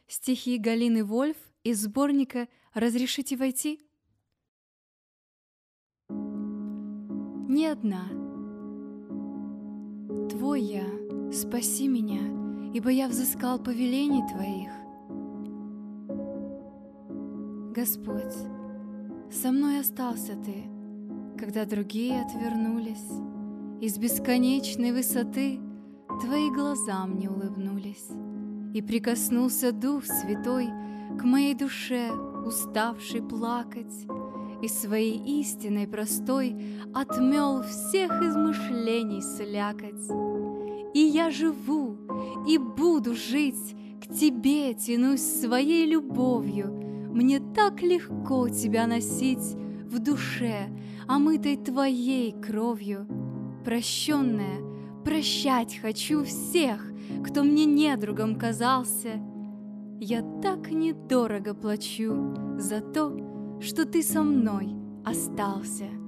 стихи Галины Вольф из сборника «Разрешите войти»? Не одна. Твой я, спаси меня, ибо я взыскал повелений Твоих. Господь, со мной остался Ты, когда другие отвернулись, и с бесконечной высоты Твои глаза мне улыбнулись, и прикоснулся Дух Святой к моей душе, уставшей плакать, и своей истиной простой отмел всех измышлений слякоть. И я живу и буду жить, к Тебе тянусь своей любовью. Мне так легко Тебя носить в душе, омытой Твоей кровью. Прощенная, прощать хочу всех, кто мне недругом казался. Я так недорого плачу за то, что Ты со мной остался.